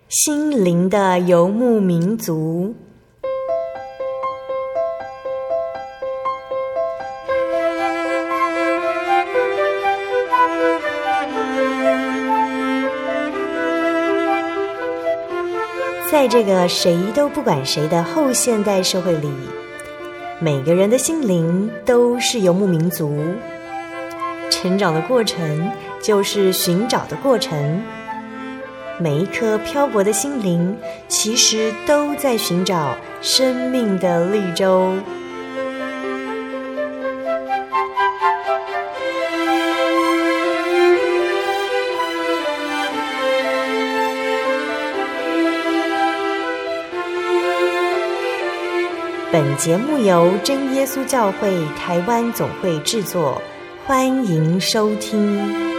心灵的游牧民族。在这个谁都不管谁的后现代社会里，每个人的心灵都是游牧民族。成长的过程就是寻找的过程，每一颗漂泊的心灵其实都在寻找生命的绿洲。本节目由真耶稣教会台湾总会制作，欢迎收听。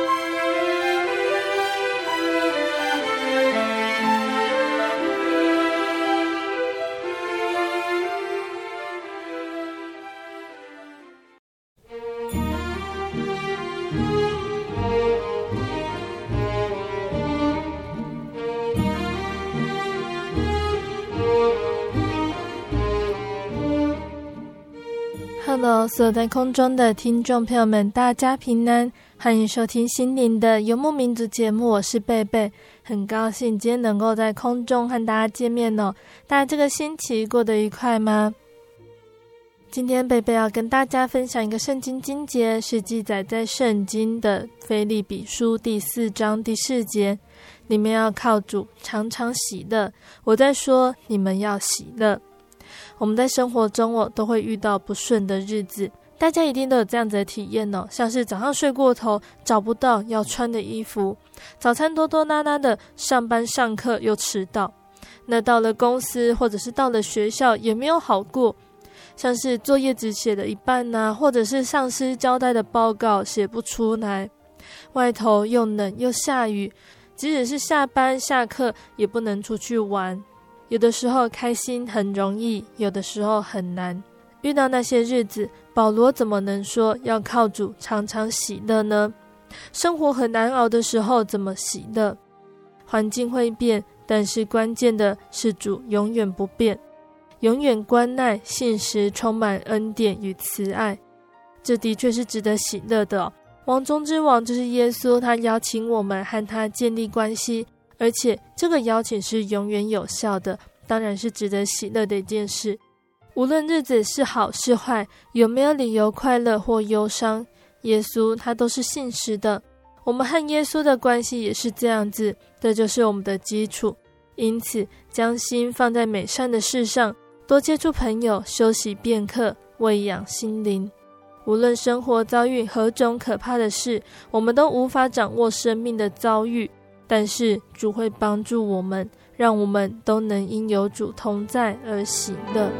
Hello， 所有在空中的听众朋友们，大家平安，欢迎收听心灵的游牧民族节目，我是贝贝，很高兴今天能够在空中和大家见面哦。大家这个星期过得愉快吗？今天贝贝要跟大家分享一个圣经经节，是记载在圣经的腓立比书第4章第4节，你们要靠主常常喜乐，我在说你们要喜乐。我们在生活中都会遇到不顺的日子，大家一定都有这样子的体验哦，像是早上睡过头找不到要穿的衣服，早餐拖拖拉拉的上班上课又迟到，那到了公司或者是到了学校也没有好过，像是作业只写了一半啊，或者是上司交代的报告写不出来，外头又冷又下雨，即使是下班下课也不能出去玩。有的时候开心很容易，有的时候很难。遇到那些日子，保罗怎么能说要靠主常常喜乐呢？生活很难熬的时候怎么喜乐？环境会变，但是关键的是主永远不变，永远关爱信实，充满恩典与慈爱，这的确是值得喜乐的哦。王中之王就是耶稣，他邀请我们和他建立关系，而且这个邀请是永远有效的，当然是值得喜乐的一件事。无论日子是好是坏，有没有理由快乐或忧伤，耶稣他都是信实的。我们和耶稣的关系也是这样子，这就是我们的基础。因此将心放在美善的事上，多接触朋友，休息片刻，喂养心灵。无论生活遭遇何种可怕的事，我们都无法掌握生命的遭遇，但是主会帮助我们，让我们都能因有主同在而喜乐。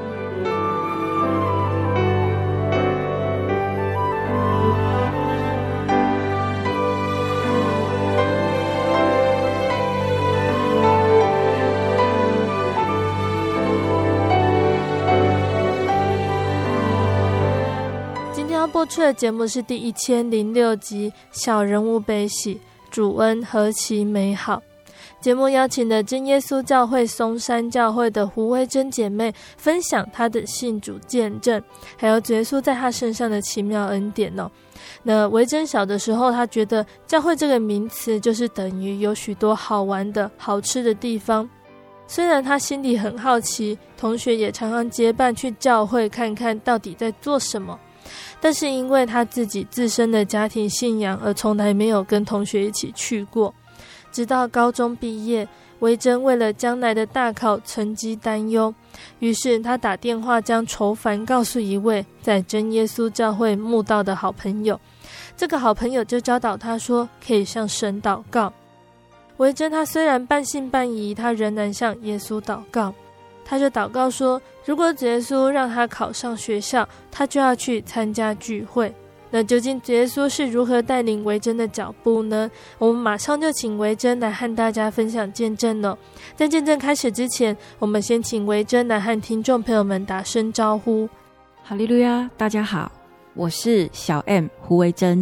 今天要播出的节目是第1006集《小人物悲喜，主恩何其美好》。节目邀请了真耶稣教会松山教会的胡薇珍姐妹分享她的信主见证，还有主耶稣在她身上的奇妙恩典哦。那薇珍小的时候，她觉得教会这个名词就是等于有许多好玩的好吃的地方，虽然她心里很好奇，同学也常常结伴去教会看看到底在做什么，但是因为她自己自身的家庭信仰而从来没有跟同学一起去过。直到高中毕业，薇珍为了将来的大考成绩担忧，于是她打电话将愁烦告诉一位在真耶稣教会慕道的好朋友，这个好朋友就教导她说可以向神祷告。薇珍她虽然半信半疑，她仍然向耶稣祷告，她就祷告说，如果主耶稣让她考上学校，她就要去参加聚会。那究竟主耶稣是如何带领薇珍的脚步呢？我们马上就请薇珍来和大家分享见证哦。在见证开始之前，我们先请薇珍来和听众朋友们打声招呼。 哈利路亚，大家好，我是小 M 胡薇珍。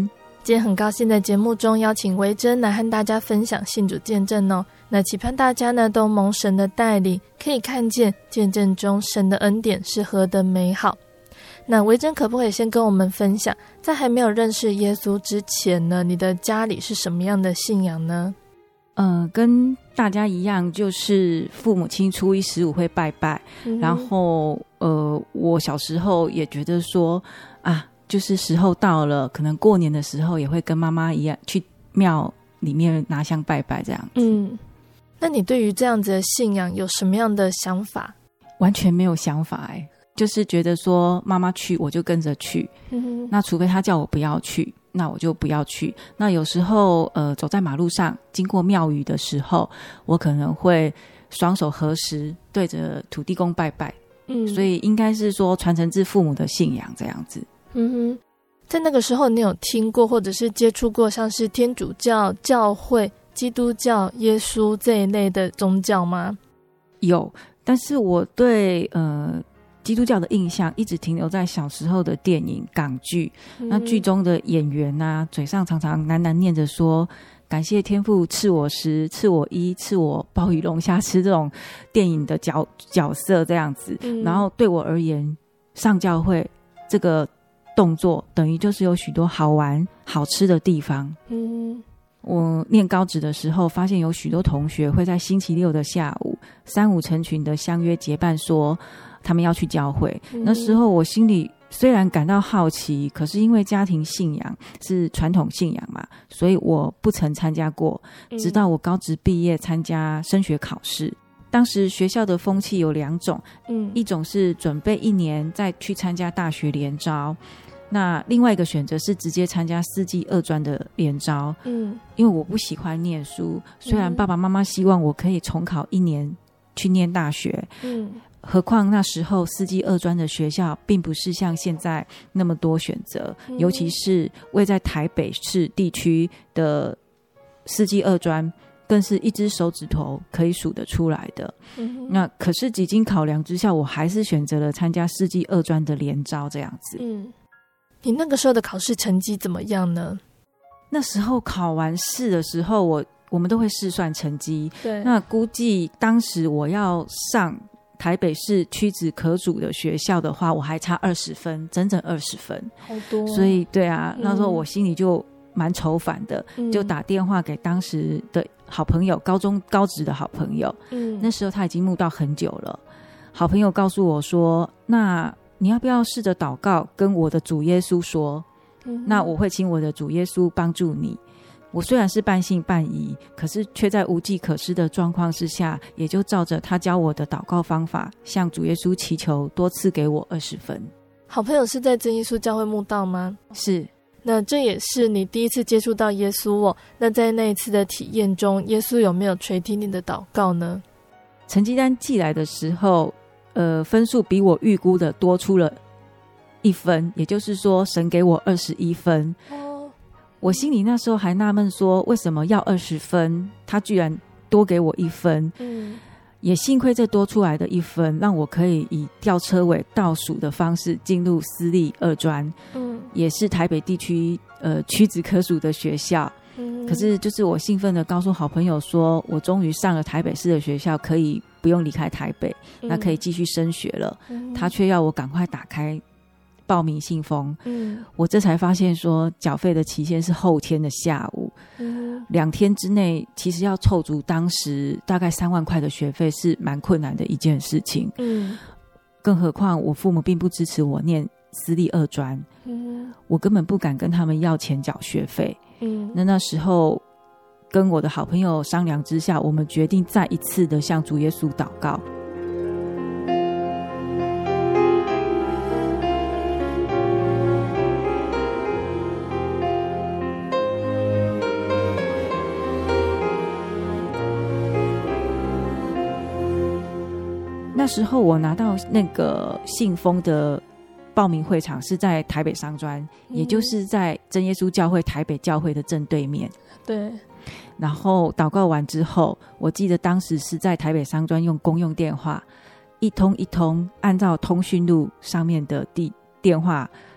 今天很高兴在节目中邀请维珍来和大家分享信主见证哦。那期盼大家呢都蒙神的带领，可以看见见证中神的恩典是何等美好。那维珍可不可以先跟我们分享，在还没有认识耶稣之前呢，你的家里是什么样的信仰呢？ 跟大家一样，就是父母亲初一15会拜拜，然后我小时候也觉得说啊，就是时候到了，可能过年的时候也会跟妈妈一样去庙里面拿香拜拜这样子。 那你对于这样子的信仰有什么样的想法？ 完全没有想法就是觉得说妈妈去我就跟着去，那除非她叫我不要去，那我就不要去。那有时候走在马路上经过庙宇的时候，我可能会双手合十对着土地公拜拜。所以应该是说传承自父母的信仰这样子。 在那个时候你有听过或者是接触过像是天主教、教会、基督教、耶稣这一类的宗教吗？ 有，但是我对基督教的印象一直停留在小时候的电影港剧，那剧中的演员啊，嘴上常常喃喃念着说感谢天父赐我食赐我衣赐我鲍鱼龙虾吃，这种电影的角色这样子。然后对我而言，上教会这个动作等于就是有许多好玩好吃的地方。我念高职的时候发现有许多同学会在星期六的下午3、5成群的相约结伴说他们要去教会。那时候我心里虽然感到好奇，可是因为家庭信仰是传统信仰嘛，所以我不曾参加过，直到我高职毕业参加升学考试。当时学校的风气有2种，一种是准备1年再去参加大学联招，那另外一个选择是直接参加4技2专的联招。因为我不喜欢念书，虽然爸爸妈妈希望我可以重考1年去念大学，何况那时候4技2专的学校并不是像现在那么多选择，尤其是位在台北市地区的4技2专更是一只手指头可以数得出来的。那可是几经考量之下，我还是选择了参加4技2专的联招这样子。 你那个时候的考试成绩怎么样呢？ 那时候考完试的时候，我们都会试算成绩。 对， 那估计当时我要上台北市屈指可数的学校的话，我还差20分，整整20分， 好多。 所以对啊，那时候我心里就蛮愁烦的，就打电话给当时的好朋友，高职的好朋友。那时候他已经慕道很久了。好朋友告诉我说，那你要不要试着祷告跟我的主耶稣说，那我会请我的主耶稣帮助你。我虽然是半信半疑，可是却在无计可施的状况之下，也就照着他教我的祷告方法，向主耶稣祈求多赐给我20分。 好朋友是在真耶稣教会慕道吗？ 是。 那这也是你第一次接触到耶稣哦。那在那一次的体验中，耶稣有没有垂听你的祷告呢？ 成绩单寄来的时候，分数比我预估的多出了1分，也就是说神给我21分。我心里那时候还纳闷说，为什么要20分，他居然多给我1分。也幸亏这多出来的1分，让我可以以吊车尾倒数的方式进入私立2专，也是台北地区屈指可数的学校。可是就是我兴奋的告诉好朋友说，我终于上了台北市的学校，可以不用离开台北，那可以继续升学了。他却要我赶快打开报名信封。我这才发现说，缴费的期限是后天的下午。2天之内其实要凑足当时大概3万块的学费是蛮困难的一件事情。更何况我父母并不支持我念私立2专，我根本不敢跟他们要钱缴学费。那时候跟我的好朋友商量之下，我们决定再一次的向主耶稣祷告。那时候我拿到那个信封的报名会场是在台北商专，也就是在真耶稣教会台北教会的正对面。 对。 然后祷告完之后，我记得当时是在台北商专用公用电话，一通一通按照通讯录上面的电话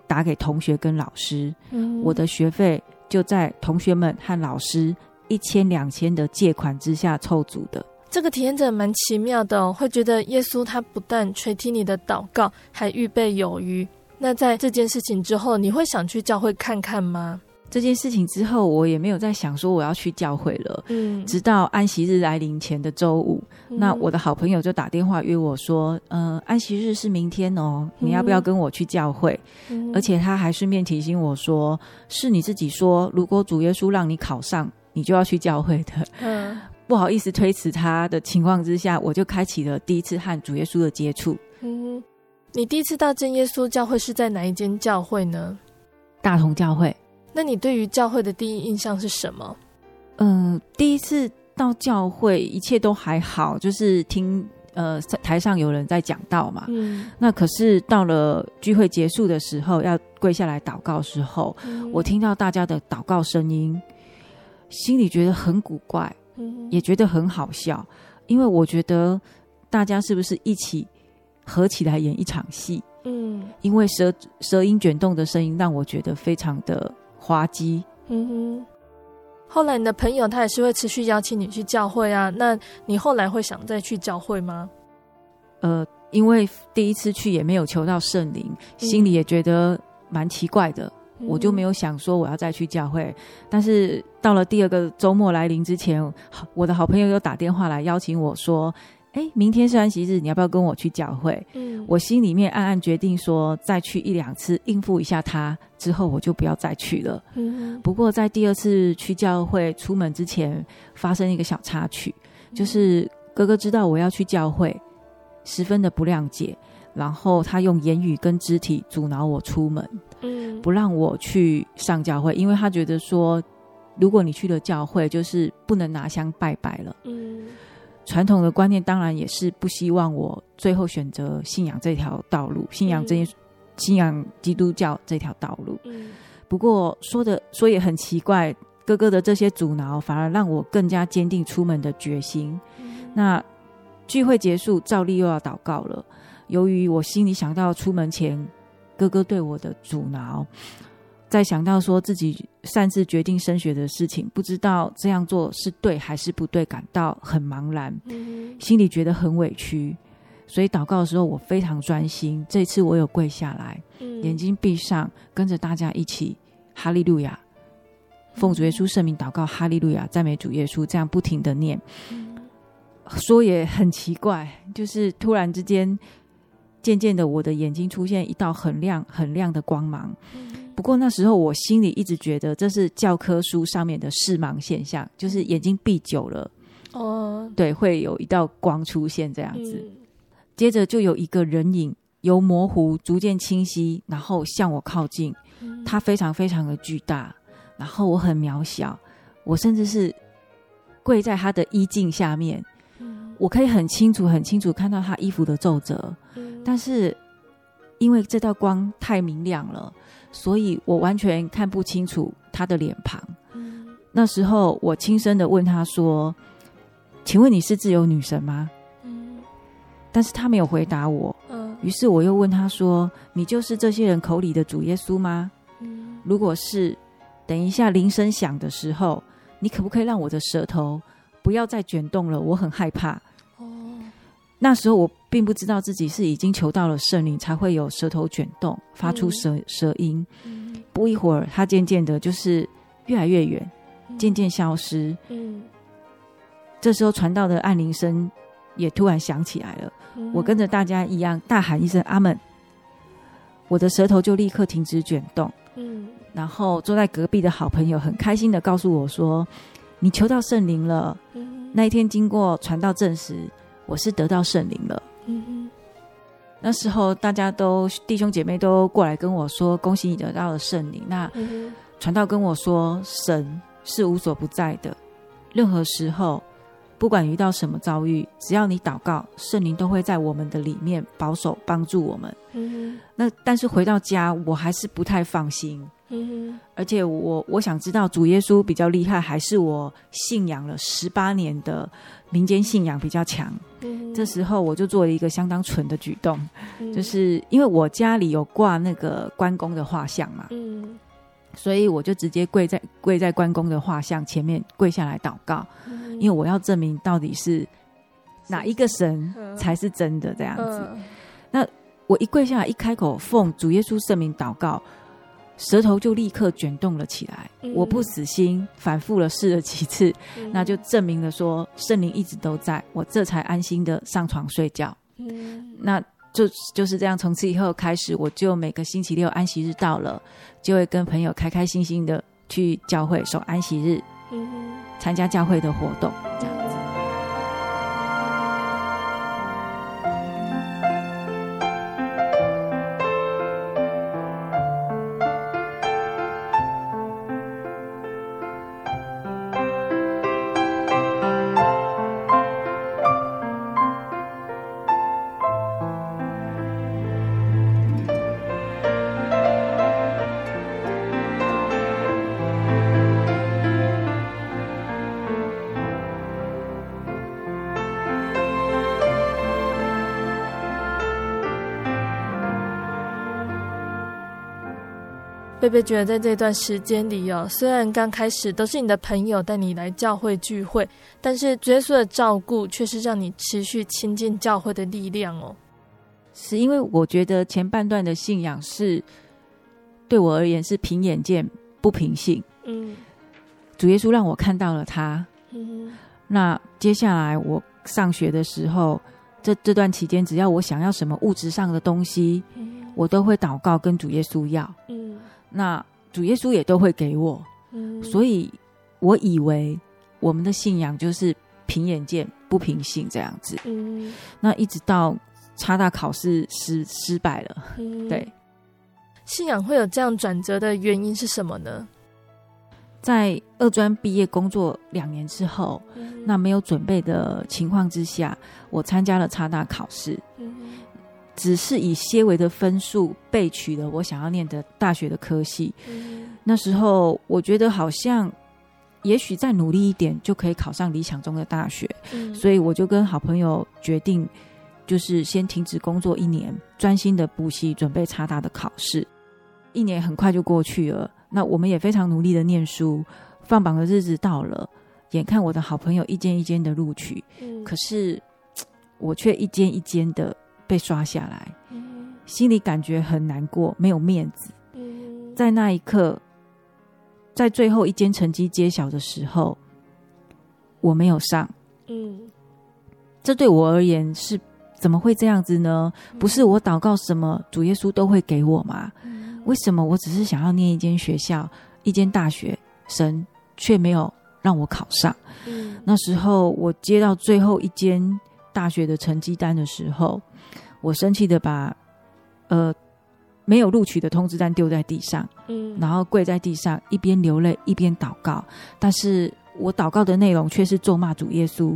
打给同学跟老师，我的学费就在同学们和老师1000、2000的借款之下凑足的。 这个体验者蛮奇妙的哦，会觉得耶稣他不但垂听你的祷告，还预备有余。那在这件事情之后，你会想去教会看看吗？ 这件事情之后，我也没有在想说我要去教会了。直到安息日来临前的周五，那我的好朋友就打电话约我说，安息日是明天哦，你要不要跟我去教会？而且他还顺便提醒我说，是你自己说，如果主耶稣让你考上，你就要去教会的。不好意思推辞他的情况之下，我就开启了第一次和主耶稣的接触。 你第一次到真耶稣教会是在哪一间教会呢？ 大同教会。 那你对于教会的第一印象是什么？ 第一次到教会一切都还好，就是听台上有人在讲道嘛。那可是到了聚会结束的时候，要跪下来祷告的时候，我听到大家的祷告声音，心里觉得很古怪，也觉得很好笑，因为我觉得大家是不是一起合起来演一场戏？因为舌音卷动的声音让我觉得非常的滑稽。后来你的朋友他也是会持续邀请你去教会啊，那你后来会想再去教会吗？ 因为第一次去也没有求到圣灵，心里也觉得蛮奇怪的，我就没有想说我要再去教会。但是到了第二个周末来临之前，我的好朋友又打电话来邀请我说，明天是安息日，你要不要跟我去教会？我心里面暗暗决定说，再去1-2次应付一下他，之后我就不要再去了。不过在第二次去教会出门之前，发生一个小插曲，就是哥哥知道我要去教会，十分的不谅解，然后他用言语跟肢体阻挠我出门，不让我去上教会，因为他觉得说，如果你去了教会，就是不能拿香拜拜了。传统的观念当然也是不希望我最后选择信仰这条道路，信仰基督教这条道路。不过说也很奇怪，哥哥的这些阻挠反而让我更加坚定出门的决心。那聚会结束，照例又要祷告了。由于我心里想到出门前哥哥对我的阻挠，再想到说自己擅自决定升学的事情，不知道这样做是对还是不对，感到很茫然，心里觉得很委屈。所以祷告的时候我非常专心，这次我有跪下来，眼睛闭上，跟着大家一起哈利路亚，奉主耶稣圣名祷告，哈利路亚，赞美主耶稣，这样不停的念。说也很奇怪，就是突然之间渐渐的我的眼睛出现一道很亮很亮的光芒。不过那时候我心里一直觉得这是教科书上面的视盲现象，就是眼睛闭久了，对，会有一道光出现这样子。接着就有一个人影由模糊逐渐清晰，然后向我靠近，它非常非常的巨大，然后我很渺小，我甚至是跪在他的衣襟下面，我可以很清楚很清楚看到他衣服的皱褶，但是因为这道光太明亮了，所以我完全看不清楚他的脸庞。那时候我轻声的问他说，请问你是自由女神吗？但是他没有回答我。于是我又问他说，你就是这些人口里的主耶稣吗？如果是，等一下铃声响的时候，你可不可以让我的舌头不要再卷动了，我很害怕。那时候我并不知道自己是已经求到了圣灵才会有舌头卷动发出舌音。不一会儿它渐渐的就是越来越远，渐渐消失。这时候传道的按铃声也突然响起来了，我跟着大家一样大喊一声阿们，我的舌头就立刻停止卷动。然后坐在隔壁的好朋友很开心的告诉我说，你求到圣灵了。那一天经过传道证实，我是得到圣灵了。那时候大家都弟兄姐妹都过来跟我说，恭喜你得到了圣灵。那传道跟我说，神是无所不在的，任何时候不管遇到什么遭遇，只要你祷告，圣灵都会在我们的里面保守帮助我们。那但是回到家我还是不太放心， 而且我想知道主耶稣比较厉害，还是我信仰了18年的民间信仰比较强。这时候我就做了一个相当蠢的举动，就是因为我家里有挂那个关公的画像嘛，所以我就直接跪在关公的画像前面跪下来祷告，因为我要证明到底是哪一个神才是真的这样子。那我一跪下来，一开口奉主耶稣圣名祷告，舌头就立刻卷动了起来。我不死心，反复了试了几次，那就证明了说圣灵一直都在，我这才安心的上床睡觉。那就是这样，从此以后开始，我就每个星期六安息日到了，就会跟朋友开开心心的去教会守安息日，参加教会的活动，这样子。 贝贝觉得在这段时间里虽然刚开始都是你的朋友带你来教会聚会，但是主耶稣的照顾却是让你持续亲近教会的力量是因为我觉得前半段的信仰是对我而言是凭眼见不凭信，主耶稣让我看到了他，那接下来我上学的时候，这段期间只要我想要什么物质上的东西，我都会祷告跟主耶稣要，那主耶稣也都会给我，所以我以为我们的信仰就是凭眼见不凭信这样子，那一直到插大考试失败了，对。 信仰会有这样转折的原因是什么呢？ 在二专毕业工作2年之后，那没有准备的情况之下，我参加了插大考试，只是以些微的分数备取了我想要念的大学的科系，那时候我觉得好像也许再努力一点就可以考上理想中的大学，所以我就跟好朋友决定就是先停止工作1年，专心的补习准备插大的考试。1年很快就过去了，那我们也非常努力的念书，放榜的日子到了，眼看我的好朋友一间一间的录取，可是我却一间一间的被刷下来，心里感觉很难过，没有面子。在那一刻，在最后一间成绩揭晓的时候，我没有上，这对我而言是怎么会这样子呢？不是我祷告什么主耶稣都会给我吗？为什么我只是想要念一间学校一间大学，神却没有让我考上？那时候我接到最后一间大学的成绩单的时候，我生气的把没有录取的通知单丢在地上，然后跪在地上一边流泪一边祷告，但是我祷告的内容却是咒骂主耶稣，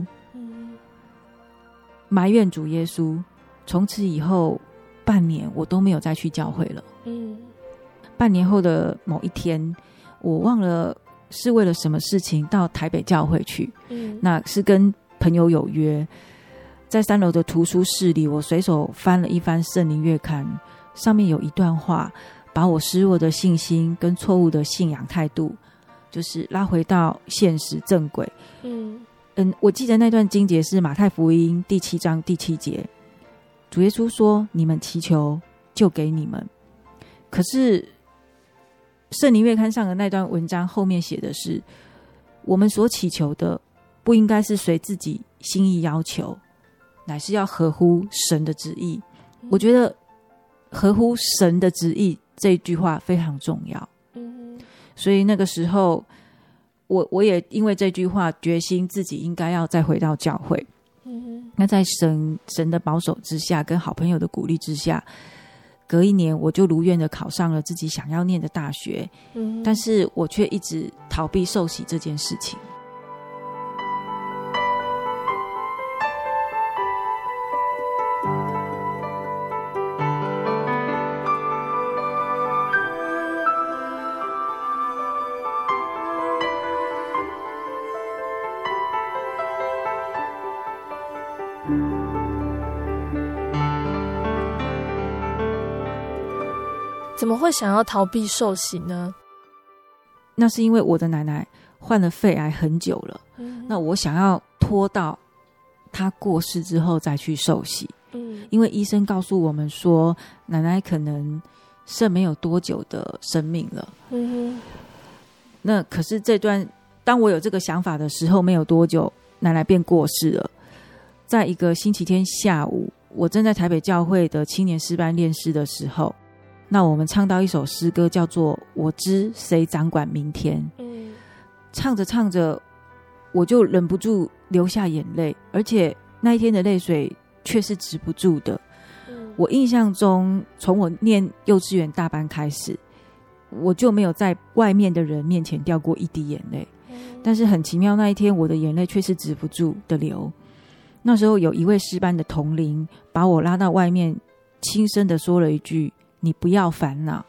埋怨主耶稣。从此以后半年我都没有再去教会了。半年后的某一天，我忘了是为了什么事情到台北教会去，那是跟朋友有约，在3楼的图书室里，我随手翻了一翻圣灵月刊，上面有一段话，把我失落的信心跟错误的信仰态度就是拉回到现实正轨。我记得那段经节是马太福音第7章第7节，主耶稣说你们祈求就给你们。可是圣灵月刊上的那段文章后面写的是，我们所祈求的不应该是随自己心意要求，乃是要合乎神的旨意。我觉得合乎神的旨意这一句话非常重要，所以那个时候我也因为这句话决心自己应该要再回到教会。那在神的保守之下跟好朋友的鼓励之下，隔1年我就如愿的考上了自己想要念的大学，但是我却一直逃避受洗这件事情。 怎么会想要逃避受洗呢？ 那是因为我的奶奶患了肺癌很久了，那我想要拖到她过世之后再去受洗，因为医生告诉我们说奶奶可能剩没有多久的生命了。那可是当我有这个想法的时候，没有多久奶奶便过世了。在一个星期天下午，我正在台北教会的青年诗班练诗的时候，那我们唱到一首诗歌叫做我知谁掌管明天。唱着唱着我就忍不住流下眼泪，而且那一天的泪水却是止不住的。我印象中从我念幼稚园大班开始，我就没有在外面的人面前掉过一滴眼泪，但是很奇妙，那一天我的眼泪却是止不住的流。那时候有一位诗班的同龄把我拉到外面，轻声的说了一句，你不要烦恼。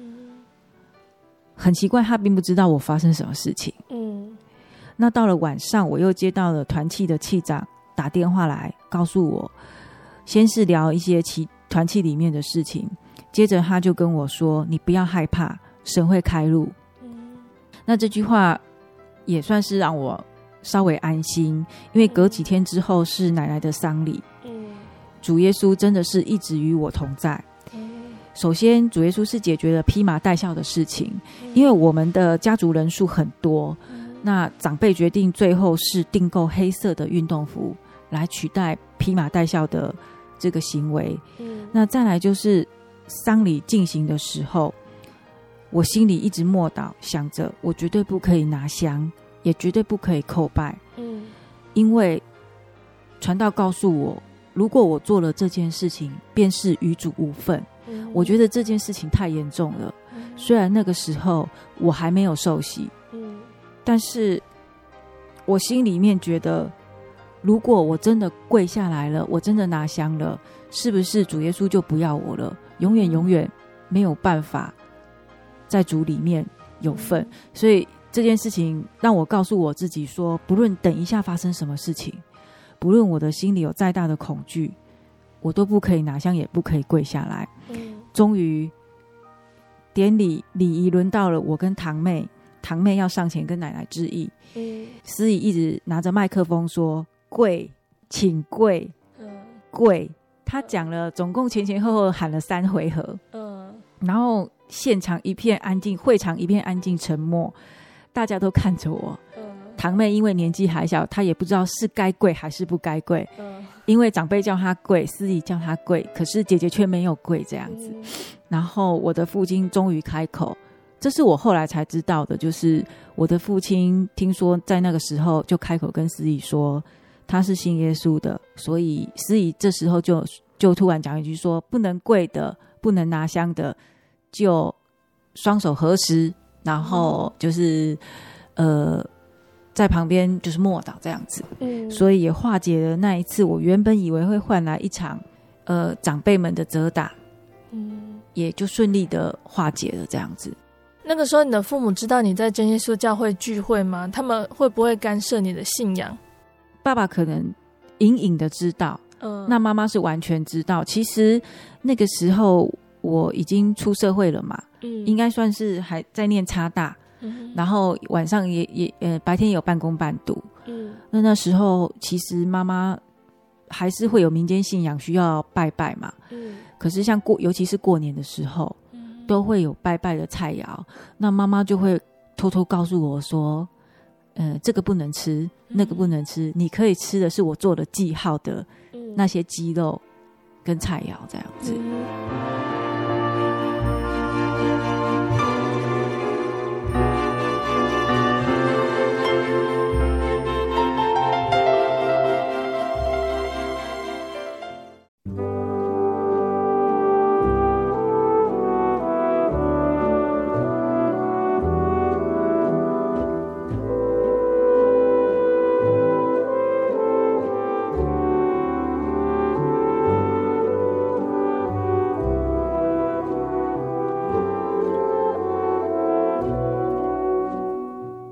很奇怪，他并不知道我发生什么事情。那到了晚上，我又接到了团契的契长打电话来告诉我，先是聊一些团契里面的事情，接着他就跟我说，你不要害怕，神会开路。那这句话也算是让我稍微安心，因为隔几天之后是奶奶的丧礼。主耶稣真的是一直与我同在。首先主耶稣是解决了披麻戴孝的事情，因为我们的家族人数很多，那长辈决定最后是订购黑色的运动服来取代披麻戴孝的这个行为。那再来就是丧礼进行的时候，我心里一直默祷，想着我绝对不可以拿香，也绝对不可以叩拜。因为传道告诉我，如果我做了这件事情，便是与主无份。我觉得这件事情太严重了。虽然那个时候我还没有受洗，但是我心里面觉得，如果我真的跪下来了，我真的拿香了，是不是主耶稣就不要我了，永远永远没有办法在主里面有份。所以这件事情让我告诉我自己说，不论等一下发生什么事情，不论我的心里有再大的恐惧，我都不可以拿香，也不可以跪下来。终于典礼礼仪轮到了我跟堂妹要上前跟奶奶致意。司仪一直拿着麦克风说，跪，请跪，跪。他讲了总共前后后喊了3回合。然后现场一片安静，会场一片安静沉默，大家都看着我。堂妹因为年纪还小，她也不知道是该跪还是不该跪。因为长辈叫她跪，司仪叫她跪，可是姐姐却没有跪这样子。然后我的父亲终于开口，这是我后来才知道的，就是我的父亲听说在那个时候就开口跟司仪说他是信耶稣的，所以司仪这时候就突然讲一句说，不能跪的，不能拿香的，就双手合十，然后就是在旁边就是默祷这样子。所以也化解了那一次我原本以为会换来一场长辈们的责打，也就顺利的化解了这样子。 那个时候你的父母知道你在真耶稣教会聚会吗？他们会不会干涉你的信仰？ 爸爸可能隐隐的知道，那妈妈是完全知道。其实那个时候我已经出社会了嘛，应该算是还在念插大，然后晚上也白天也有半工半读。那时候其实妈妈还是会有民间信仰需要拜拜嘛。可是像尤其是过年的时候，都会有拜拜的菜肴，那妈妈就会偷偷告诉我说，这个不能吃，那个不能吃，你可以吃的是我做的记号的那些鸡肉跟菜肴这样子。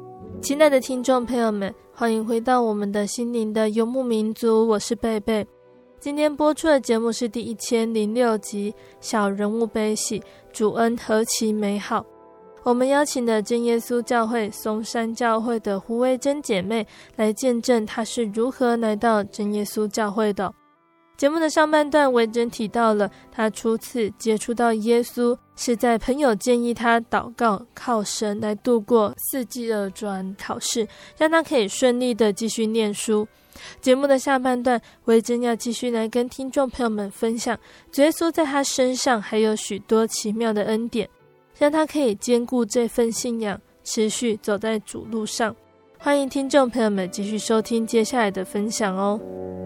亲爱的听众朋友们，欢迎回到我们的心灵的游牧民族，我是贝贝。 今天播出的节目是第1006集《小人物悲喜，主恩何其美好》。我们邀请了真耶稣教会松山教会的胡维珍姐妹来见证她是如何来到真耶稣教会的。节目的上半段，维珍提到了她初次接触到耶稣是在朋友建议她祷告靠神来度过4技2专考试，让她可以顺利的继续念书。节目的下半段，维珍要继续来跟听众朋友们分享主耶稣在她身上还有许多奇妙的恩典，让她可以兼顾这份信仰，持续走在主路上。欢迎听众朋友们继续收听接下来的分享哦。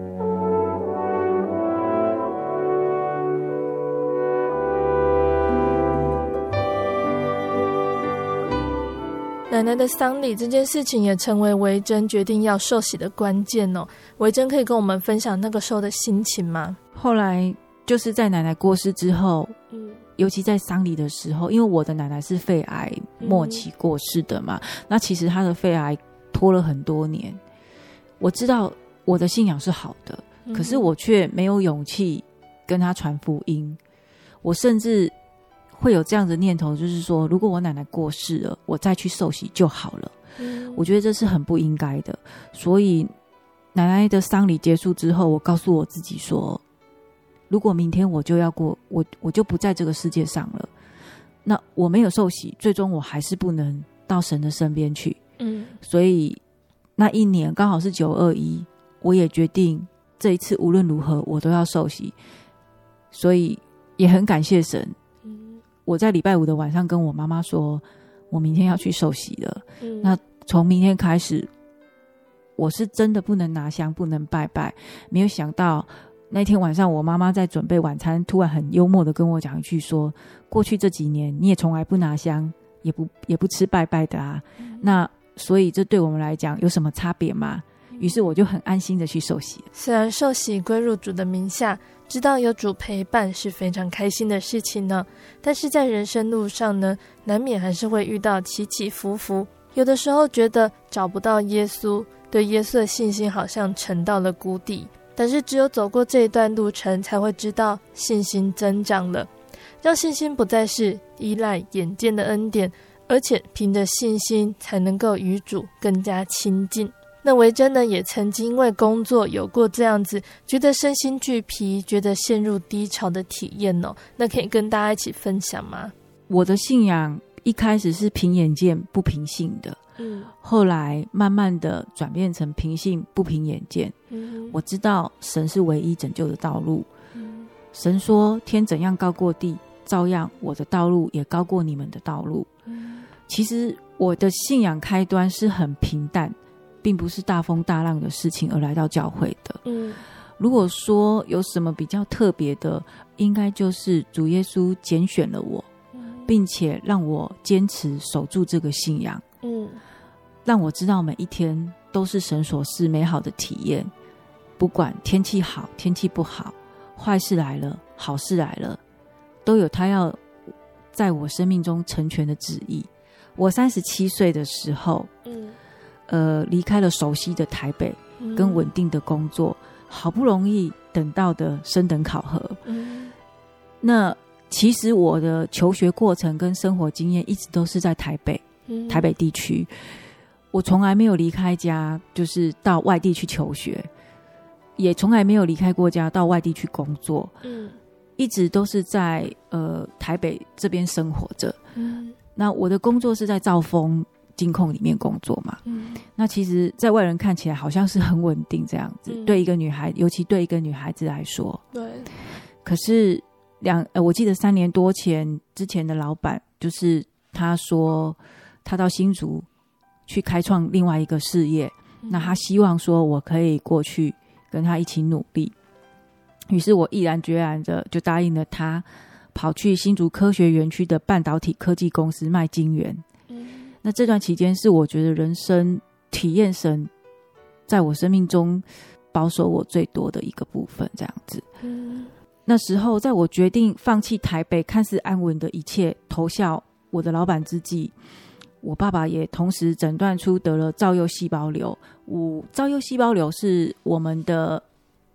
奶奶的丧礼这件事情也成为维珍决定要受洗的关键哦。维珍可以跟我们分享那个时候的心情吗？ 后来就是在奶奶过世之后，尤其在丧礼的时候，因为我的奶奶是肺癌末期过世的嘛，那其实她的肺癌拖了很多年。我知道我的信仰是好的，可是我却没有勇气跟她传福音。我甚至会有这样的念头，就是说如果我奶奶过世了，我再去受洗就好了。我觉得这是很不应该的。所以奶奶的丧礼结束之后，我告诉我自己说，如果明天我就要过，我就不在这个世界上了，那我没有受洗，最终我还是不能到神的身边去。所以那一年刚好是921，我也决定这一次无论如何我都要受洗。所以也很感谢神，我在礼拜5的晚上跟我妈妈说，我明天要去受洗了。那从明天开始，我是真的不能拿香，不能拜拜。没有想到那天晚上，我妈妈在准备晚餐，突然很幽默的跟我讲一句说，过去这几年你也从来不拿香，也不吃拜拜的啊。那所以这对我们来讲有什么差别吗？于是我就很安心的去受洗。虽然受洗归入主的名下，知道有主陪伴是非常开心的事情呢，但是在人生路上呢，难免还是会遇到起起伏伏。有的时候觉得找不到耶稣，对耶稣的信心好像沉到了谷底，但是只有走过这一段路程，才会知道信心增长了，让信心不再是依赖眼见的恩典，而且凭着信心才能够与主更加亲近。那维珍呢，也曾经因为工作有过这样子觉得身心俱疲，觉得陷入低潮的体验哦。那可以跟大家一起分享吗？ 我的信仰一开始是凭眼见不凭信的，后来慢慢的转变成凭信不凭眼见。我知道神是唯一拯救的道路。神说天怎样高过地，照样我的道路也高过你们的道路。其实我的信仰开端是很平淡，并不是大风大浪的事情而来到教会的。如果说有什么比较特别的，应该就是主耶稣拣选了我，并且让我坚持守住这个信仰，让我知道每一天都是神所赐美好的体验，不管天气好天气不好，坏事来了好事来了，都有他要在我生命中成全的旨意。我37岁的时候离开了熟悉的台北跟稳定的工作，好不容易等到的升等考核。那其实我的求学过程跟生活经验一直都是在台北地区，我从来没有离开家，就是到外地去求学，也从来没有离开过家到外地去工作，一直都是在台北这边生活着。那我的工作是在兆丰金控里面工作嘛，那其实在外人看起来好像是很稳定这样子，对一个女孩，尤其对一个女孩子来说，对。可是我记得3年多之前的老板，就是他说他到新竹去开创另外一个事业，那他希望说我可以过去跟他一起努力，于是我毅然决然的就答应了他，跑去新竹科学园区的半导体科技公司卖晶圆。那这段期间是我觉得人生体验神在我生命中保守我最多的一个部分这样子。那时候在我决定放弃台北看似安稳的一切，投效我的老板之际，我爸爸也同时诊断出得了造幼细胞瘤。造幼细胞瘤是我们的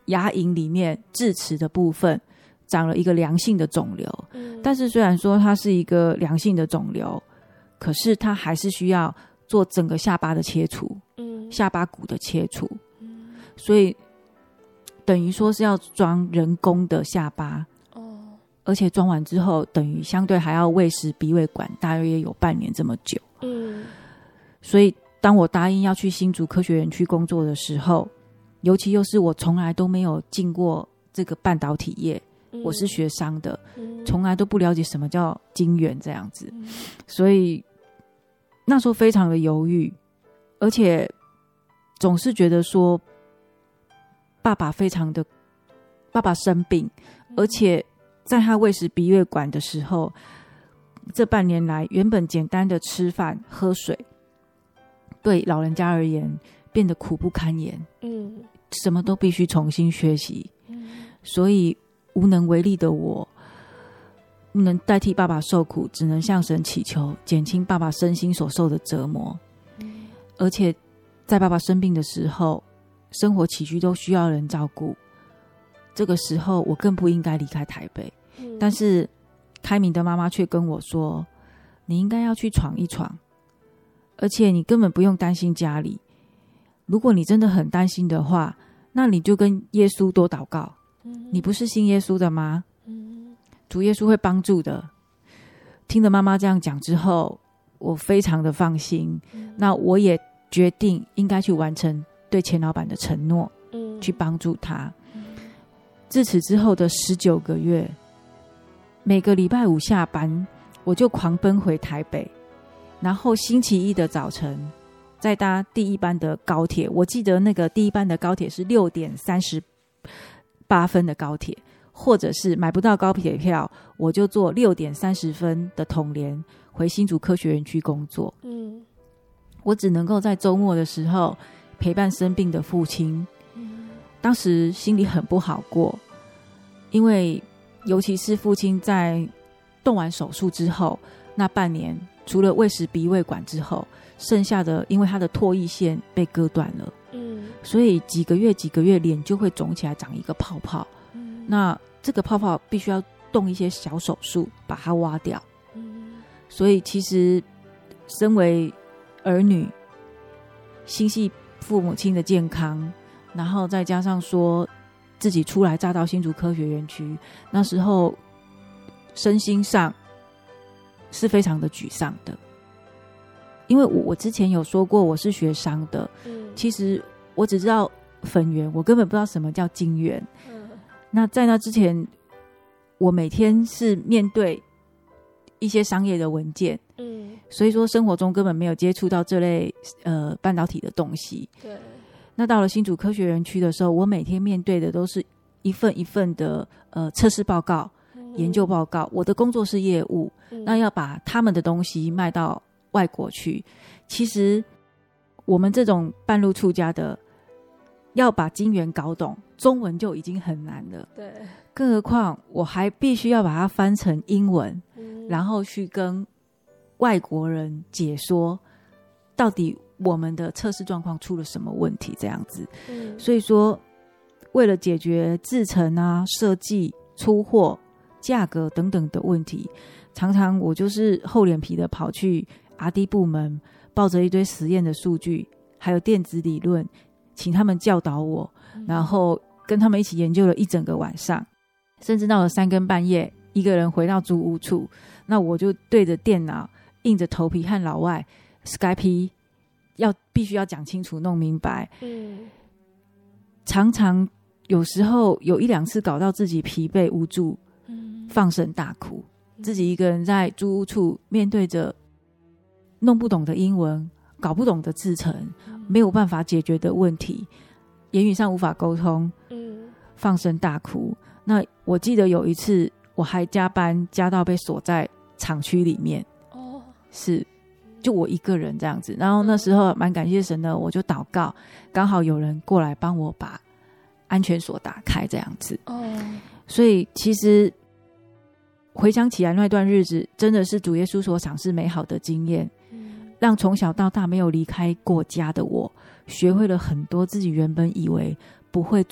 牙龈里面智齿的部分长了一个良性的肿瘤，但是虽然说它是一个良性的肿瘤，可是它还是需要做整个下巴的切除，下巴骨的切除，所以等于说是要装人工的下巴，而且装完之后等于相对还要喂食鼻胃管，大约也有半年这么久。所以当我答应要去新竹科学园区工作的时候，尤其又是我从来都没有进过这个半导体业，我是学商的，从来都不了解什么叫晶圆这样子，所以那时候非常的犹豫，而且总是觉得说爸爸生病，而且在他喂食鼻胃管的时候，这半年来原本简单的吃饭喝水对老人家而言变得苦不堪言，什么都必须重新学习，所以无能为力的我不能代替爸爸受苦，只能向神祈求减轻爸爸身心所受的折磨，而且在爸爸生病的时候生活起居都需要人照顾，这个时候我更不应该离开台北，但是开明的妈妈却跟我说，你应该要去闯一闯，而且你根本不用担心家里，如果你真的很担心的话，那你就跟耶稣多祷告，你不是信耶稣的吗？主耶稣会帮助的。听了妈妈这样讲之后，我非常的放心，那我也决定应该去完成对钱老板的承诺，去帮助他。自此之后的19个月，每个礼拜五下班我就狂奔回台北，然后星期一的早晨再搭第一班的高铁，我记得那个第一班的高铁是6点38分的高铁，或者是买不到高铁票，我就坐6点30分的统联回新竹科学园区工作。我只能够在周末的时候陪伴生病的父亲，当时心里很不好过，因为尤其是父亲在动完手术之后那半年，除了喂食鼻胃管之后，剩下的因为他的唾液腺被割断了，所以几个月脸就会肿起来，长一个泡泡，那这个泡泡必须要动一些小手术把它挖掉，所以其实身为儿女心系父母亲的健康，然后再加上说自己初来乍到新竹科学园区，那时候身心上是非常的沮丧的。因为我之前有说过我是学商的，其实我只知道粉圆，我根本不知道什么叫晶圆。那在那之前，我每天是面对一些商业的文件，所以说生活中根本没有接触到这类半导体的东西。对。那到了新竹科学园区的时候，我每天面对的都是一份一份的测试报告、研究报告。我的工作是业务，那要把他们的东西卖到外国去。其实我们这种半路出家的，要把晶圆搞懂，中文就已经很难了。对，更何况我还必须要把它翻成英文，然后去跟外国人解说到底我们的测试状况出了什么问题这样子。所以说为了解决制程啊、设计、出货、价格等等的问题，常常我就是厚脸皮的跑去 R&D 部门，抱着一堆实验的数据还有电子理论，请他们教导我，然后跟他们一起研究了一整个晚上，甚至到了3更半夜一个人回到租屋处，那我就对着电脑硬着头皮和老外 Skype 必须要讲清楚弄明白。常常有时候有1-2次搞到自己疲惫无助，放声大哭，自己一个人在租屋处面对着弄不懂的英文，搞不懂的制程，没有办法解决的问题，言语上无法沟通，放声大哭。那我记得有一次我还加班加到被锁在厂区里面，是就我一个人这样子。然后那时候蛮感谢神的，我就祷告，刚好有人过来帮我把安全锁打开这样子。所以其实回想起来那段日子，真的是主耶稣所赏赐美好的经验，让从小到大没有离开过家的我，学会了很多自己原本以为不会做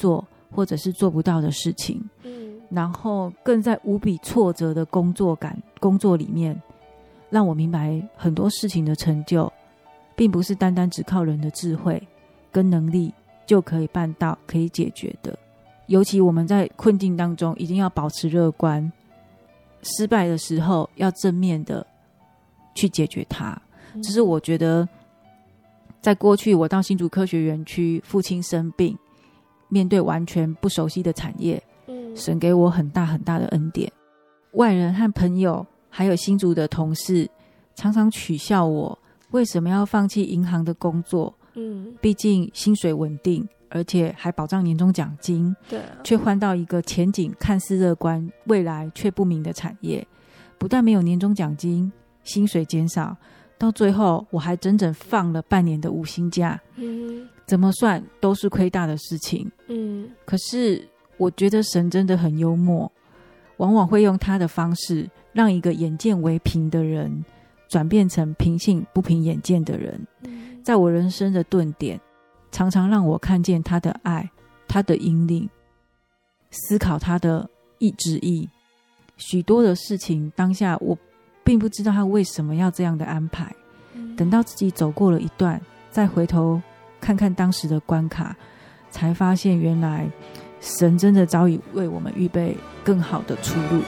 或者是做不到的事情，然后更在无比挫折的工作里面，让我明白很多事情的成就并不是单单只靠人的智慧跟能力就可以办到可以解决的。尤其我们在困境当中一定要保持乐观，失败的时候要正面的去解决它。只是我觉得在过去我到新竹科学园区，父亲生病，面对完全不熟悉的产业，神给我很大很大的恩典。外人和朋友还有新竹的同事常常取笑我为什么要放弃银行的工作，毕竟薪水稳定，而且还保障年终奖金，对啊，却换到一个前景看似乐观，未来却不明的产业，不但没有年终奖金，薪水减少，到最后我还整整放了半年的无薪假，怎么算都是亏大的事情。可是我觉得神真的很幽默，往往会用他的方式让一个眼见为凭的人转变成凭信不凭眼见的人。在我人生的顿点，常常让我看见他的爱，他的引领，思考他的旨意。许多的事情当下我并不知道他为什么要这样的安排，等到自己走过了一段，再回头看看当时的关卡，才发现原来神真的早已为我们预备更好的出路。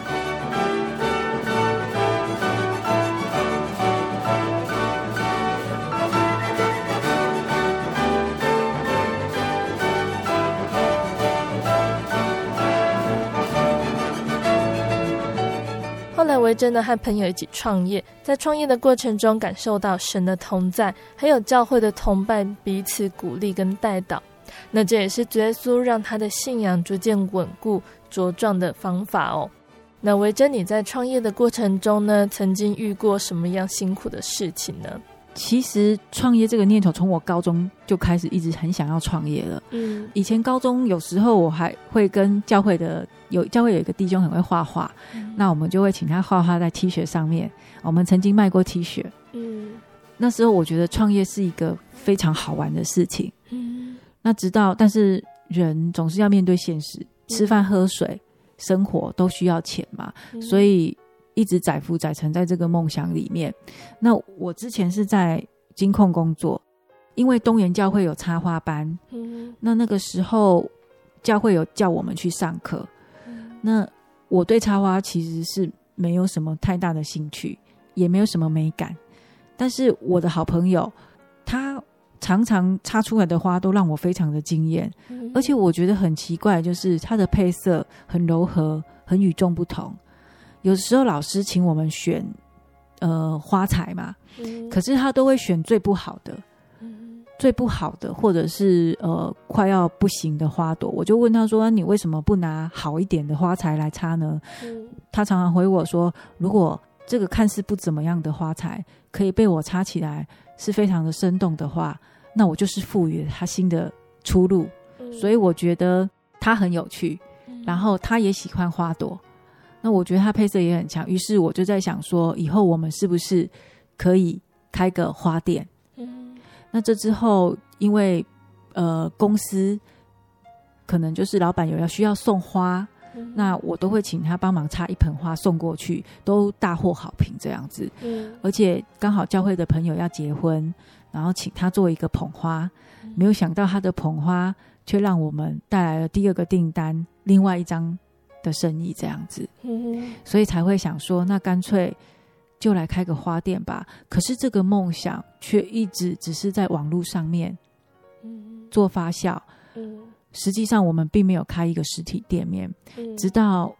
后来维珍呢和朋友一起创业，在创业的过程中感受到神的同在，还有教会的同伴彼此鼓励跟带导。那这也是主耶稣让他的信仰逐渐稳固茁壮的方法哦。那维珍，你在创业的过程中呢，曾经遇过什么样辛苦的事情呢？ 其实创业这个念头从我高中就开始一直很想要创业了。以前高中有时候我还会跟教会有一个弟兄很会画画，那我们就会请他画画在 T 恤上面，我们曾经卖过 T 恤。那时候我觉得创业是一个非常好玩的事情。那但是人总是要面对现实，吃饭喝水生活都需要钱嘛，所以一直载浮载沉在这个梦想里面。那我之前是在金控工作，因为东元教会有插花班，那个时候教会有叫我们去上课，那我对插花其实是没有什么太大的兴趣，也没有什么美感，但是我的好朋友他常常插出来的花都让我非常的惊艳，而且我觉得很奇怪，就是它的配色很柔和，很与众不同。有时候老师请我们选花材嘛，可是他都会选最不好的或者是快要不行的花朵。我就问他说，你为什么不拿好一点的花材来插呢？他常常回我说，如果这个看似不怎么样的花材可以被我插起来是非常的生动的话，那我就是赋予他新的出路。所以我觉得他很有趣，然后他也喜欢花朵，那我觉得他配色也很强，于是我就在想说，以后我们是不是可以开个花店。那这之后因为公司可能就是老板需要送花，那我都会请他帮忙插一盆花送过去，都大获好评这样子。而且刚好教会的朋友要结婚，然后请他做一个捧花，没有想到他的捧花却让我们带来了第二个订单，另外一张的生意这样子。所以才会想说，那干脆就来开个花店吧。可是这个梦想却一直只是在网络上面做发酵，实际上我们并没有开一个实体店面。直到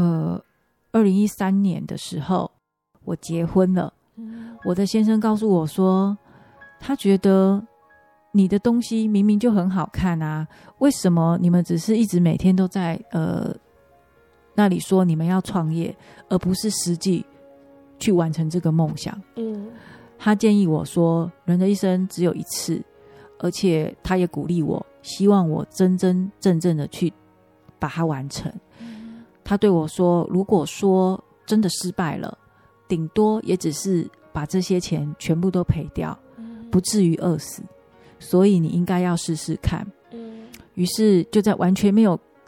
2013年的时候我结婚了，我的先生告诉我说，他觉得你的东西明明就很好看啊，为什么你们只是一直每天都在那里说你们要创业，而不是实际去完成这个梦想。他建议我说，人的一生只有一次，而且他也鼓励我，希望我真真正正的去把它完成。他对我说，如果说真的失败了，顶多也只是把这些钱全部都赔掉，不至于饿死，所以你应该要试试看。于是就在完全没有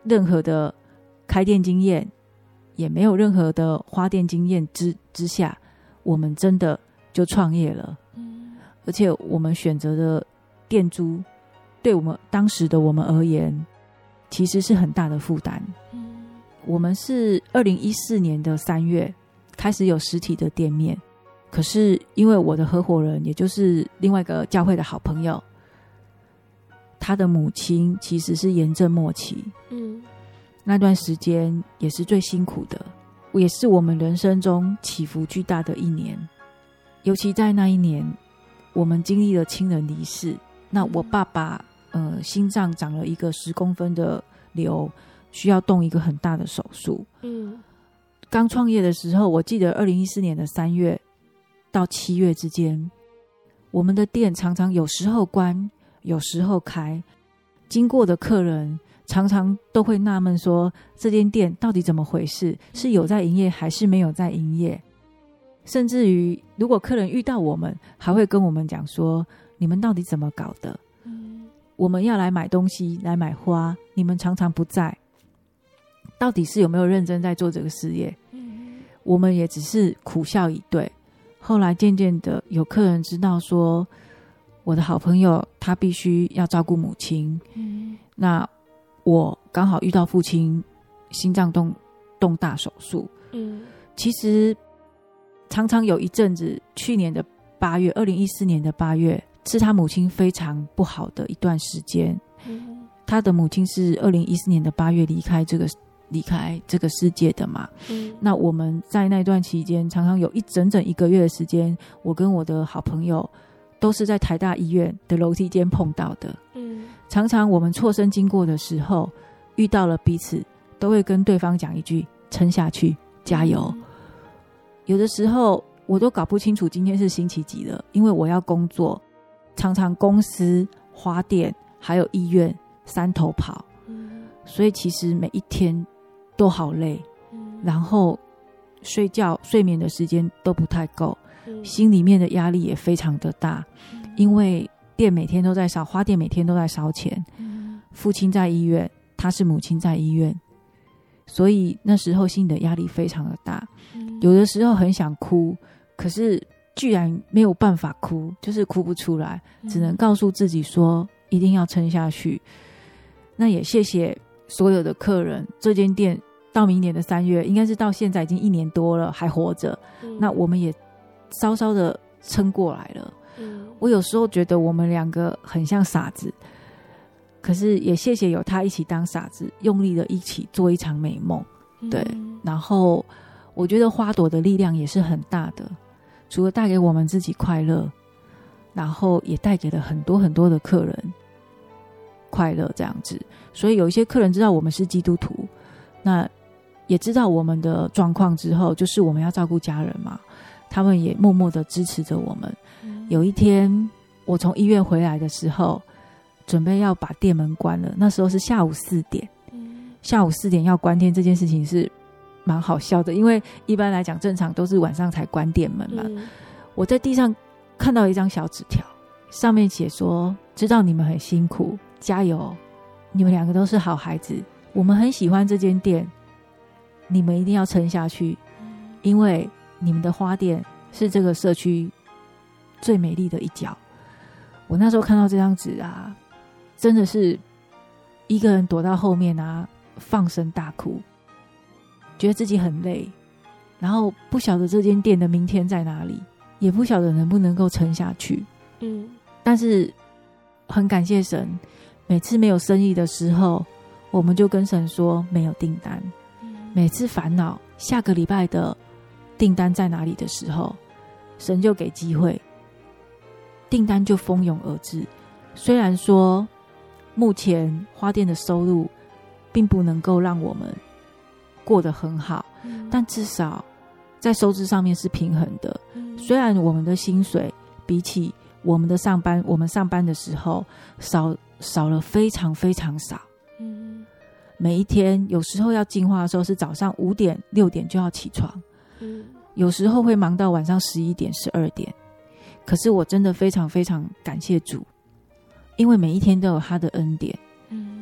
任何的开店经验，也没有任何的花店经验之下，我们真的就创业了。而且我们选择的店租，对我们当时的我们而言，其实是很大的负担。我们是2014年的3月开始有实体的店面，可是因为我的合伙人，也就是另外一个教会的好朋友，他的母亲其实是炎症末期，那段时间也是最辛苦的，也是我们人生中起伏巨大的一年。尤其在那一年，我们经历了亲人离世，那我爸爸心脏长了一个10公分的瘤，需要动一个很大的手术。刚创业的时候，我记得2014年的3月到7月之间，我们的店常常有时候关，有时候开，经过的客人常常都会纳闷说，这间店到底怎么回事？是有在营业还是没有在营业？甚至于如果客人遇到我们，还会跟我们讲说，你们到底怎么搞的？我们要来买东西，来买花，你们常常不在，到底是有没有认真在做这个事业？我们也只是苦笑以对。后来渐渐的有客人知道说，我的好朋友他必须要照顾母亲，那我刚好遇到父亲心脏动大手术。其实常常有一阵子，去年的8月2014年的8月是他母亲非常不好的一段时间。他的母亲是2014年的8月离开这个世界的嘛。那我们在那段期间常常有整整1个月的时间，我跟我的好朋友都是在台大医院的楼梯间碰到的。常常我们错身经过的时候，遇到了彼此，都会跟对方讲一句撑下去，加油。有的时候我都搞不清楚今天是星期几了，因为我要工作，常常公司、花店还有医院3头跑，所以其实每一天都好累，然后睡眠的时间都不太够，心里面的压力也非常的大，因为店每天都在烧，花店每天都在烧钱，父亲在医院，他是母亲在医院，所以那时候心里的压力非常的大。有的时候很想哭，可是居然没有办法哭，就是哭不出来，只能告诉自己说一定要撑下去。那也谢谢所有的客人，这间店到明年的3月，应该是到现在已经1年多了还活着，那我们也稍稍的撑过来了。我有时候觉得我们2个很像傻子，可是也谢谢有他一起当傻子，用力的一起做一场美梦。对，然后我觉得花朵的力量也是很大的，除了带给我们自己快乐，然后也带给了很多很多的客人快乐这样子。所以有一些客人知道我们是基督徒，那也知道我们的状况之后，就是我们要照顾家人嘛，他们也默默的支持着我们。有一天我从医院回来的时候，准备要把店门关了，那时候是下午4点，下午4点要关店这件事情是蛮好笑的，因为一般来讲正常都是晚上才关店门嘛。我在地上看到一张小纸条，上面写说，知道你们很辛苦，加油，你们2个都是好孩子，我们很喜欢这间店，你们一定要撑下去，因为你们的花店是这个社区最美丽的一角。我那时候看到这张纸啊，真的是一个人躲到后面啊，放声大哭，觉得自己很累，然后不晓得这间店的明天在哪里，也不晓得能不能够撑下去。但是很感谢神，每次没有生意的时候，我们就跟神说没有订单。每次烦恼下个礼拜的订单在哪里的时候，神就给机会，订单就蜂拥而至。虽然说目前花店的收入并不能够让我们过得很好，但至少在收支上面是平衡的。虽然我们的薪水比起我们上班的时候少了非常非常少，每一天有时候要进化的时候是早上5点6点就要起床，有时候会忙到晚上11点12点。可是我真的非常非常感谢主，因为每一天都有他的恩典，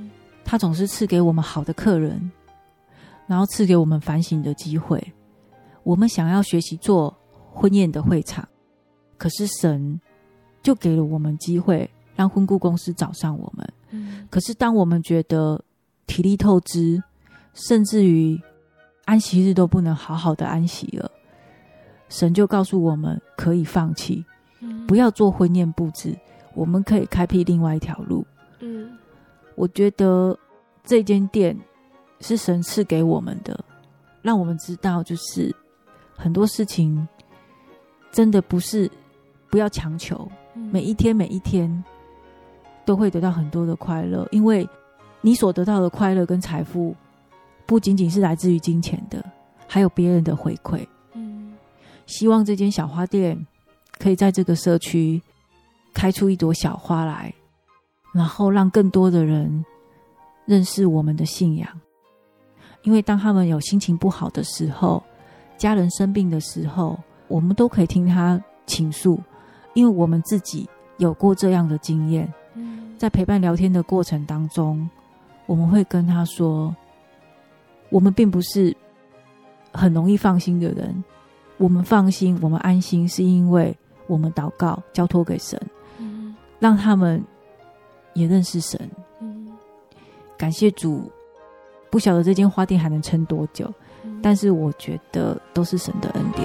他总是赐给我们好的客人，然后赐给我们反省的机会。我们想要学习做婚宴的会场，可是神就给了我们机会，让婚顾公司找上我们。可是当我们觉得体力透支，甚至于安息日都不能好好的安息了，神就告诉我们可以放弃，不要做婚宴布置，我们可以开辟另外一条路。我觉得这间店是神赐给我们的，让我们知道就是很多事情真的不要强求，每一天每一天都会得到很多的快乐，因为你所得到的快乐跟财富不仅仅是来自于金钱的，还有别人的回馈。希望这间小花店可以在这个社区开出一朵小花来，然后让更多的人认识我们的信仰。因为当他们有心情不好的时候，家人生病的时候，我们都可以听他倾诉，因为我们自己有过这样的经验。在陪伴聊天的过程当中，我们会跟他说，我们并不是很容易放心的人，我们放心，我们安心，是因为我们祷告交托给神，让他们也认识神。感谢主，不晓得这间花店还能撑多久，但是我觉得都是神的恩典。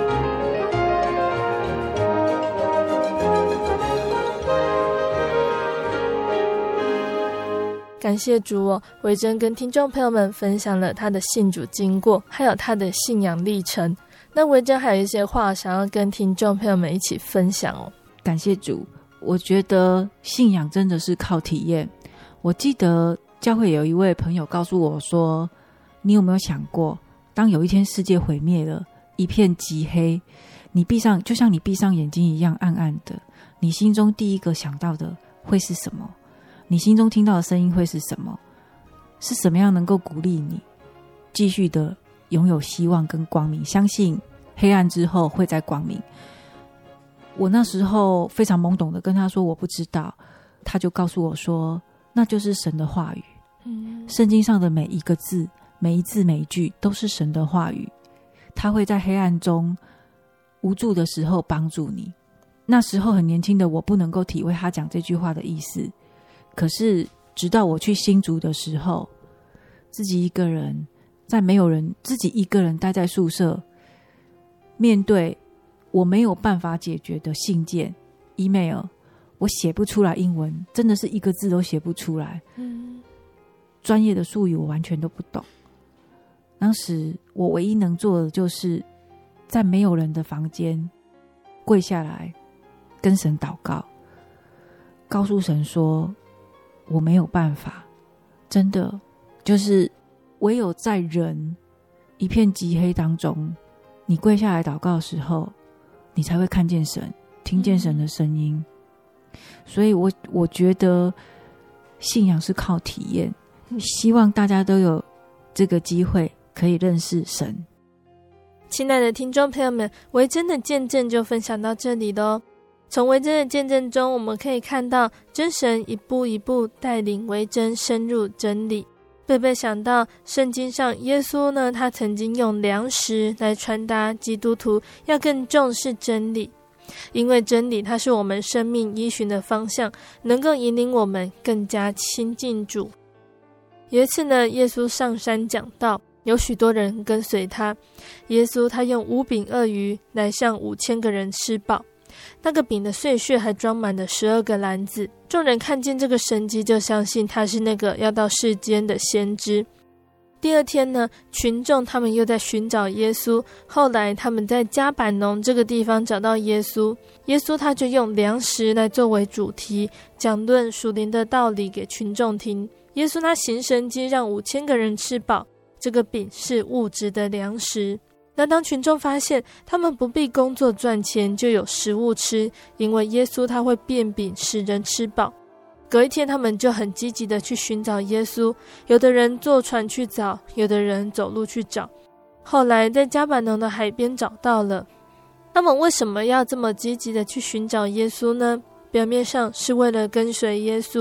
感谢主哦，维珍跟听众朋友们分享了他的信主经过，还有他的信仰历程。那维珍还有一些话想要跟听众朋友们一起分享哦。 感谢主，我觉得信仰真的是靠体验。我记得教会有一位朋友告诉我说，你有没有想过，当有一天世界毁灭了，一片极黑，就像你闭上眼睛一样暗暗的，你心中第一个想到的会是什么？你心中听到的声音会是什么？是什么样能够鼓励你继续的拥有希望跟光明，相信黑暗之后会再光明。我那时候非常懵懂的跟他说我不知道，他就告诉我说，那就是神的话语。圣经上的每一个字，每一字每一句都是神的话语，他会在黑暗中无助的时候帮助你。那时候很年轻的我不能够体会他讲这句话的意思，可是直到我去新竹的时候，自己一个人在没有人，自己一个人待在宿舍，面对我没有办法解决的信件 email， 我写不出来英文，真的是一个字都写不出来。专业的术语我完全都不懂。当时我唯一能做的就是在没有人的房间跪下来跟神祷告，告诉神说我没有办法，真的就是唯有在人一片极黑当中，你跪下来祷告的时候，你才会看见神，听见神的声音。所以我觉得信仰是靠体验，希望大家都有这个机会可以认识神。 亲爱的听众朋友们，维珍的见证就分享到这里咯。从维珍的见证中，我们可以看到真神一步一步带领维珍深入真理。贝贝想到圣经上耶稣呢，他曾经用粮食来传达基督徒要更重视真理，因为真理它是我们生命依循的方向，能够引领我们更加亲近主。有一次呢，耶稣上山讲道，有许多人跟随他。耶稣他用5饼2鱼来向5000个人吃饱，那个饼的碎屑还装满了12个篮子。众人看见这个神迹，就相信他是那个要到世间的先知。第二天呢，群众他们又在寻找耶稣，后来他们在迦百农这个地方找到耶稣。耶稣他就用粮食来作为主题，讲论属灵的道理给群众听。耶稣他行神迹，让5000个人吃饱，这个饼是物质的粮食。那当群众发现他们不必工作赚钱就有食物吃，因为耶稣他会变饼使人吃饱。隔一天他们就很积极的去寻找耶稣，有的人坐船去找，有的人走路去找，后来在迦百农的海边找到了。他们为什么要这么积极的去寻找耶稣呢？表面上是为了跟随耶稣，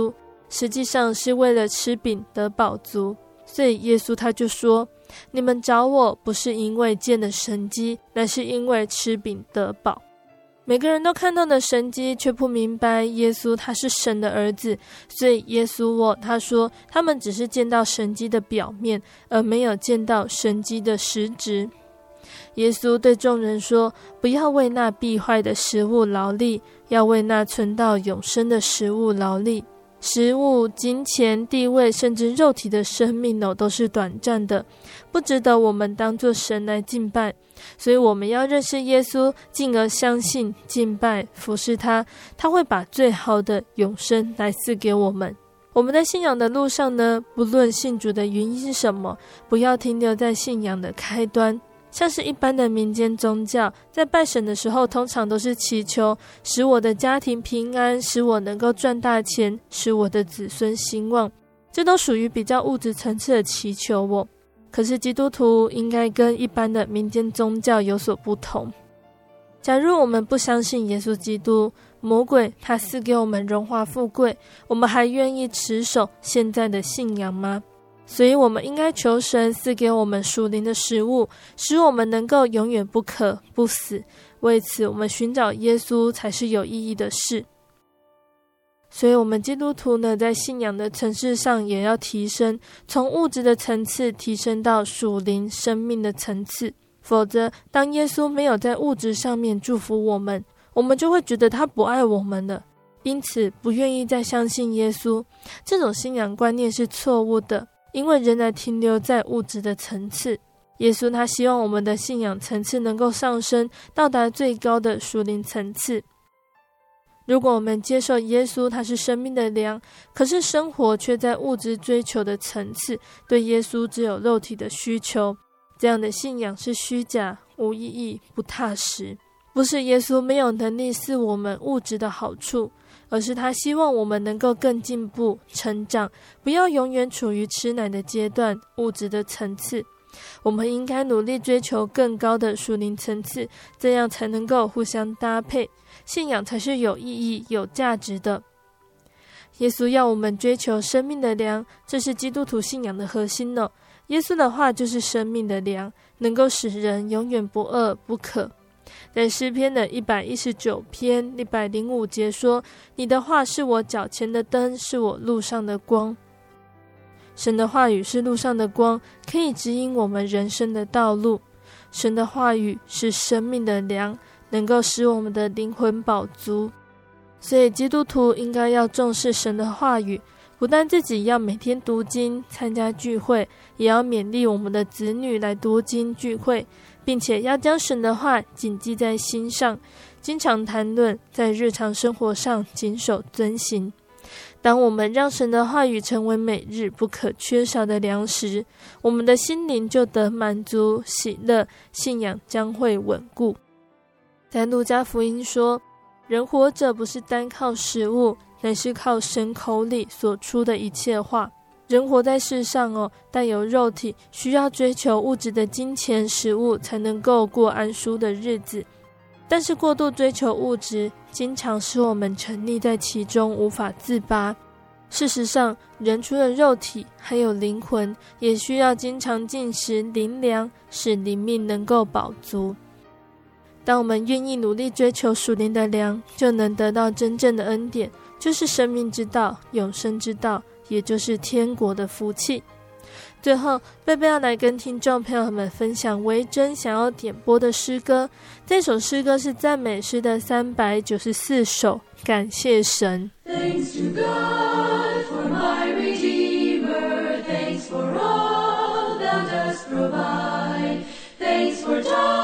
实际上是为了吃饼得饱足。所以耶稣他就说，你们找我不是因为见了神迹，乃是因为吃饼得饱。每个人都看到的神迹，却不明白耶稣他是神的儿子。所以耶稣他说，他们只是见到神迹的表面，而没有见到神迹的实质。耶稣对众人说，不要为那必坏的食物劳力，要为那存到永生的食物劳力。食物、金钱、地位，甚至肉体的生命都是短暂的，不值得我们当作神来敬拜。所以我们要认识耶稣，进而相信、敬拜、服侍他，他会把最好的永生来赐给我们。我们在信仰的路上呢，不论信主的原因是什么，不要停留在信仰的开端。像是一般的民间宗教，在拜神的时候，通常都是祈求使我的家庭平安，使我能够赚大钱，使我的子孙兴旺，这都属于比较物质层次的祈求。可是基督徒应该跟一般的民间宗教有所不同。假如我们不相信耶稣基督，魔鬼他赐给我们荣华富贵，我们还愿意持守现在的信仰吗？所以我们应该求神赐给我们属灵的食物，使我们能够永远不渴不死。为此我们寻找耶稣才是有意义的事。所以我们基督徒呢，在信仰的层次上也要提升，从物质的层次提升到属灵生命的层次。否则当耶稣没有在物质上面祝福我们，我们就会觉得他不爱我们了，因此不愿意再相信耶稣。这种信仰观念是错误的，因为仍然停留在物质的层次。耶稣他希望我们的信仰层次能够上升，到达最高的属灵层次。如果我们接受耶稣他是生命的粮，可是生活却在物质追求的层次，对耶稣只有肉体的需求，这样的信仰是虚假、无意义、不踏实。不是耶稣没有能力赐我们物质的好处，而是他希望我们能够更进步成长，不要永远处于吃奶的阶段，物质的层次。我们应该努力追求更高的属灵层次，这样才能够互相搭配，信仰才是有意义有价值的。耶稣要我们追求生命的粮，这是基督徒信仰的核心哦。耶稣的话就是生命的粮，能够使人永远不饿不渴。在诗篇的119篇105节说，你的话是我脚前的灯，是我路上的光。神的话语是路上的光，可以指引我们人生的道路。神的话语是生命的粮，能够使我们的灵魂饱足。所以基督徒应该要重视神的话语，不但自己要每天读经参加聚会，也要勉励我们的子女来读经聚会，并且要将神的话谨记在心上，经常谈论，在日常生活上谨守遵行。当我们让神的话语成为每日不可缺少的粮食，我们的心灵就得满足喜乐，信仰将会稳固。在路加福音说，人活着不是单靠食物，乃是靠神口里所出的一切话。人活在世上带有肉体，需要追求物质的金钱食物才能够过安舒的日子。但是过度追求物质，经常使我们沉溺在其中无法自拔。事实上，人除了肉体，还有灵魂，也需要经常进食灵粮，使灵命能够饱足。当我们愿意努力追求属灵的粮，就能得到真正的恩典，就是生命之道、永生之道，也就是天国的福气。最后，贝贝要来跟听众朋友们分享维珍想要点播的诗歌。这首诗歌是赞美诗的394首，感谢神。 Thanks to God for my Redeemer, thanks for all thou dost provide, thanks for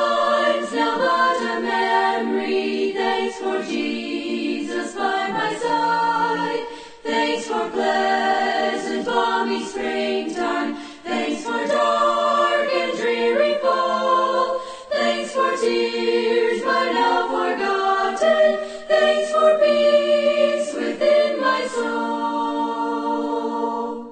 times now but a memory, thanks for Jesus by my side, thanks for pleasant balmy springtime, thanks for dark and dreary fall, thanks for tears by now forgotten, thanks for peace within my soul.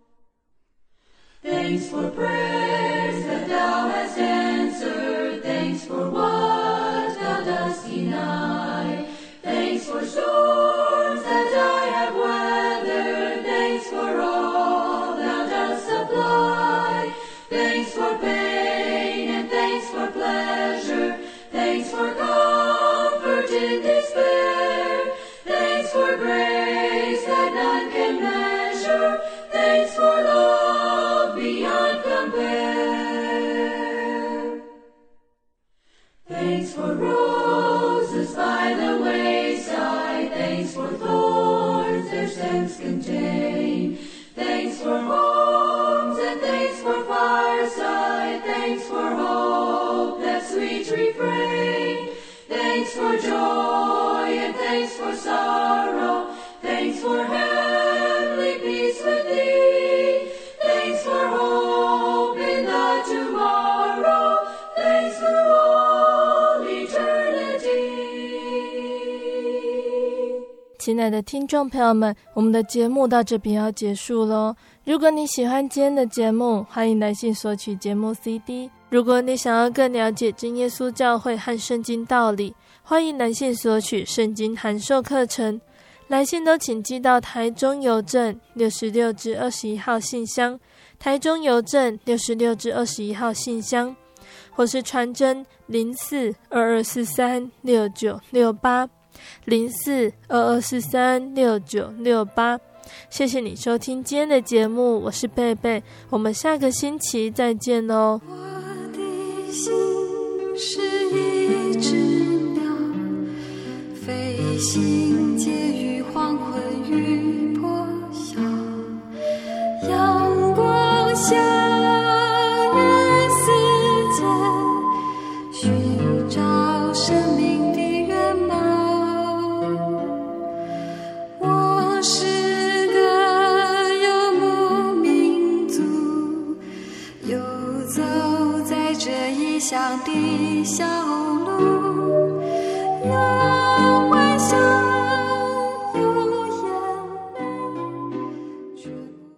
Thanks for prayers that thou hast answered, thanks for what thou dost deny, thanks for storms that I have weathered, for roses by the wayside. Thanks for thorns their stems contain. Thanks for homes and thanks for fireside. Thanks for hope, that sweet refrain. Thanks for joy and thanks for sorrow. Thanks for heavenly peace with thee. Thanks for hope in the tomorrow. Thanks through all eternity. 亲爱的听众朋友们，我们的节目到这边要结束咯。如果你喜欢今天的节目，欢迎来信索取节目 CD。如果你想要更了解真耶稣教会和圣经道理，欢迎来信索取圣经函授课程。来信都请寄到台中邮政66至21号信箱，台中邮政66至21号信箱，或是传真0422436968 0422436968。谢谢你收听今天的节目，我是贝贝，我们下个星期再见咯。 我的心是一只鸟，飞行介于黄昏与破晓，阳光下人世间，寻找生命的原貌。我是个游牧民族，游走在这异乡的小